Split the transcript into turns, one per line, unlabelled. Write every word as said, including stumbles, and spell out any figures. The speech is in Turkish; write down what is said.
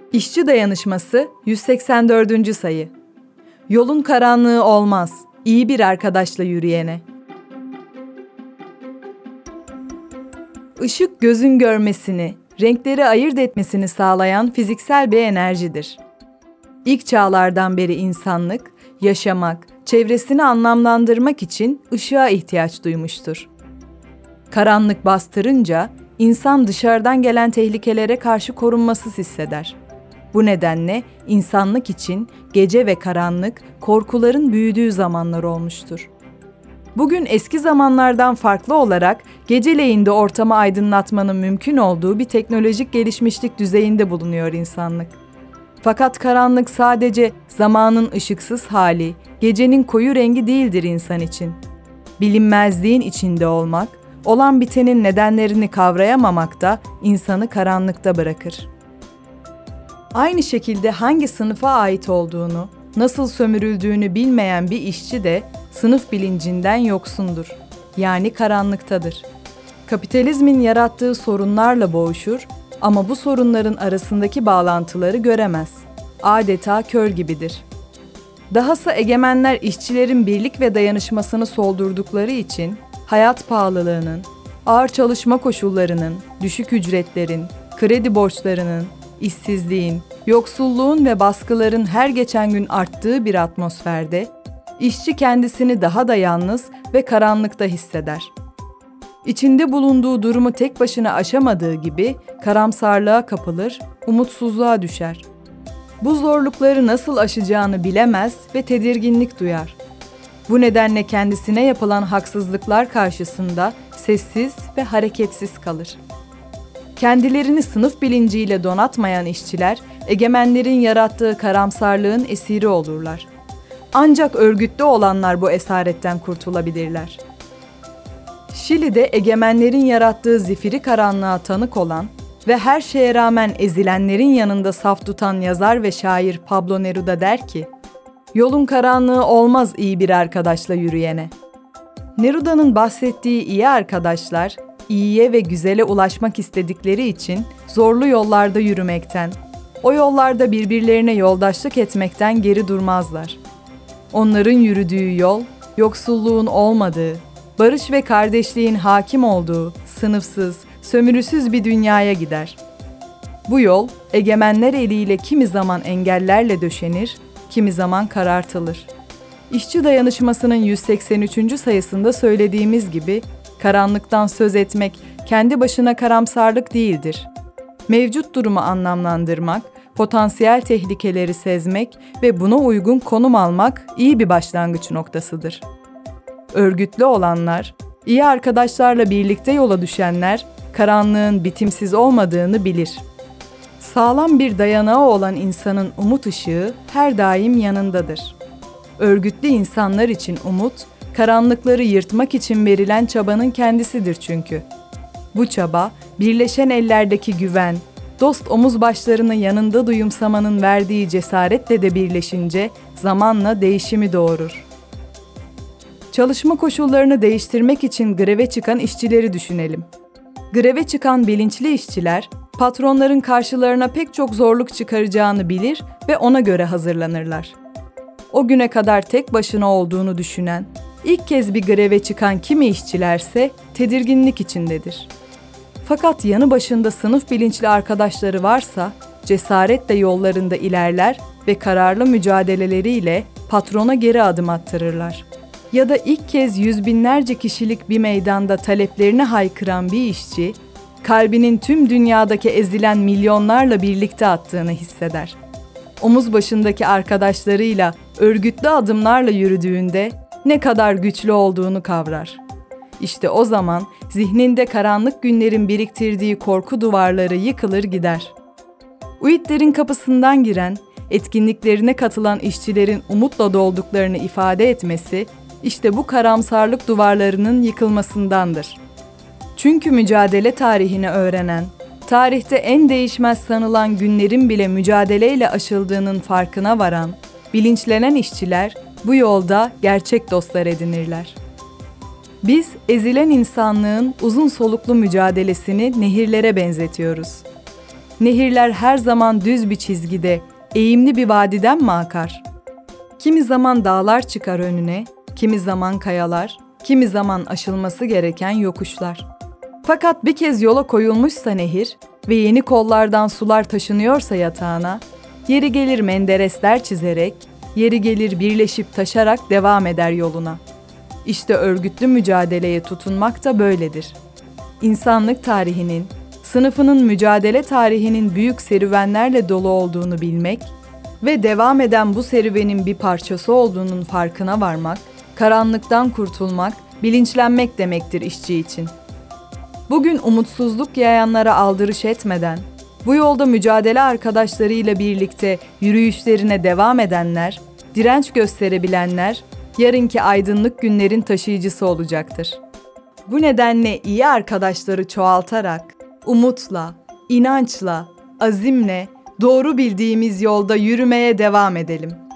İşçi Dayanışması yüz seksen dördüncü sayı. Yolun karanlığı olmaz, iyi bir arkadaşla yürüyene. Işık gözün görmesini, renkleri ayırt etmesini sağlayan fiziksel bir enerjidir. İlk çağlardan beri insanlık, yaşamak, çevresini anlamlandırmak için ışığa ihtiyaç duymuştur. Karanlık bastırınca insan dışarıdan gelen tehlikelere karşı korunmasız hisseder. Bu nedenle insanlık için gece ve karanlık korkuların büyüdüğü zamanlar olmuştur. Bugün eski zamanlardan farklı olarak geceleyin de ortamı aydınlatmanın mümkün olduğu bir teknolojik gelişmişlik düzeyinde bulunuyor insanlık. Fakat karanlık sadece zamanın ışıksız hali, gecenin koyu rengi değildir insan için. Bilinmezliğin içinde olmak, olan bitenin nedenlerini kavrayamamak da insanı karanlıkta bırakır. Aynı şekilde hangi sınıfa ait olduğunu, nasıl sömürüldüğünü bilmeyen bir işçi de sınıf bilincinden yoksundur. Yani karanlıktadır. Kapitalizmin yarattığı sorunlarla boğuşur ama bu sorunların arasındaki bağlantıları göremez. Adeta kör gibidir. Dahası egemenler işçilerin birlik ve dayanışmasını soldurdukları için hayat pahalılığının, ağır çalışma koşullarının, düşük ücretlerin, kredi borçlarının, işsizliğin, yoksulluğun ve baskıların her geçen gün arttığı bir atmosferde, işçi kendisini daha da yalnız ve karanlıkta hisseder. İçinde bulunduğu durumu tek başına aşamadığı gibi karamsarlığa kapılır, umutsuzluğa düşer. Bu zorlukları nasıl aşacağını bilemez ve tedirginlik duyar. Bu nedenle kendisine yapılan haksızlıklar karşısında sessiz ve hareketsiz kalır. Kendilerini sınıf bilinciyle donatmayan işçiler, egemenlerin yarattığı karamsarlığın esiri olurlar. Ancak örgütlü olanlar bu esaretten kurtulabilirler. Şili'de egemenlerin yarattığı zifiri karanlığa tanık olan ve her şeye rağmen ezilenlerin yanında saf tutan yazar ve şair Pablo Neruda der ki, "Yolun karanlığı olmaz iyi bir arkadaşla yürüyene." Neruda'nın bahsettiği iyi arkadaşlar, iyiye ve güzele ulaşmak istedikleri için zorlu yollarda yürümekten, o yollarda birbirlerine yoldaşlık etmekten geri durmazlar. Onların yürüdüğü yol, yoksulluğun olmadığı, barış ve kardeşliğin hakim olduğu, sınıfsız, sömürüsüz bir dünyaya gider. Bu yol, egemenler eliyle kimi zaman engellerle döşenir, kimi zaman karartılır. İşçi Dayanışması'nın yüz seksen üçüncü sayısında söylediğimiz gibi, karanlıktan söz etmek kendi başına karamsarlık değildir. Mevcut durumu anlamlandırmak, potansiyel tehlikeleri sezmek ve buna uygun konum almak iyi bir başlangıç noktasıdır. Örgütlü olanlar, iyi arkadaşlarla birlikte yola düşenler, karanlığın bitimsiz olmadığını bilir. Sağlam bir dayanağı olan insanın umut ışığı her daim yanındadır. Örgütlü insanlar için umut, karanlıkları yırtmak için verilen çabanın kendisidir çünkü. Bu çaba, birleşen ellerdeki güven, dost omuz başlarını yanında duyumsamanın verdiği cesaretle de birleşince zamanla değişimi doğurur. Çalışma koşullarını değiştirmek için greve çıkan işçileri düşünelim. Greve çıkan bilinçli işçiler, patronların karşılarına pek çok zorluk çıkaracağını bilir ve ona göre hazırlanırlar. O güne kadar tek başına olduğunu düşünen, ilk kez bir greve çıkan kimi işçilerse tedirginlik içindedir. Fakat yanı başında sınıf bilinçli arkadaşları varsa cesaretle yollarında ilerler ve kararlı mücadeleleriyle patrona geri adım attırırlar. Ya da ilk kez yüz binlerce kişilik bir meydanda taleplerini haykıran bir işçi, kalbinin tüm dünyadaki ezilen milyonlarla birlikte attığını hisseder. Omuz başındaki arkadaşlarıyla örgütlü adımlarla yürüdüğünde ne kadar güçlü olduğunu kavrar. İşte o zaman zihninde karanlık günlerin biriktirdiği korku duvarları yıkılır gider. U İ T'lerin kapısından giren, etkinliklerine katılan işçilerin umutla dolduklarını ifade etmesi, işte bu karamsarlık duvarlarının yıkılmasındandır. Çünkü mücadele tarihini öğrenen, tarihte en değişmez sanılan günlerin bile mücadeleyle aşıldığının farkına varan, bilinçlenen işçiler bu yolda gerçek dostlar edinirler. Biz ezilen insanlığın uzun soluklu mücadelesini nehirlere benzetiyoruz. Nehirler her zaman düz bir çizgide, eğimli bir vadiden mi akar? Kimi zaman dağlar çıkar önüne, kimi zaman kayalar, kimi zaman aşılması gereken yokuşlar. Fakat bir kez yola koyulmuşsa nehir ve yeni kollardan sular taşınıyorsa yatağına, yeri gelir menderesler çizerek, yeri gelir birleşip taşarak devam eder yoluna. İşte örgütlü mücadeleye tutunmak da böyledir. İnsanlık tarihinin, sınıfının mücadele tarihinin büyük serüvenlerle dolu olduğunu bilmek ve devam eden bu serüvenin bir parçası olduğunun farkına varmak, karanlıktan kurtulmak, bilinçlenmek demektir işçi için. Bugün umutsuzluk yayanlara aldırış etmeden, bu yolda mücadele arkadaşlarıyla birlikte yürüyüşlerine devam edenler, direnç gösterebilenler, yarınki aydınlık günlerin taşıyıcısı olacaktır. Bu nedenle iyi arkadaşları çoğaltarak, umutla, inançla, azimle, doğru bildiğimiz yolda yürümeye devam edelim.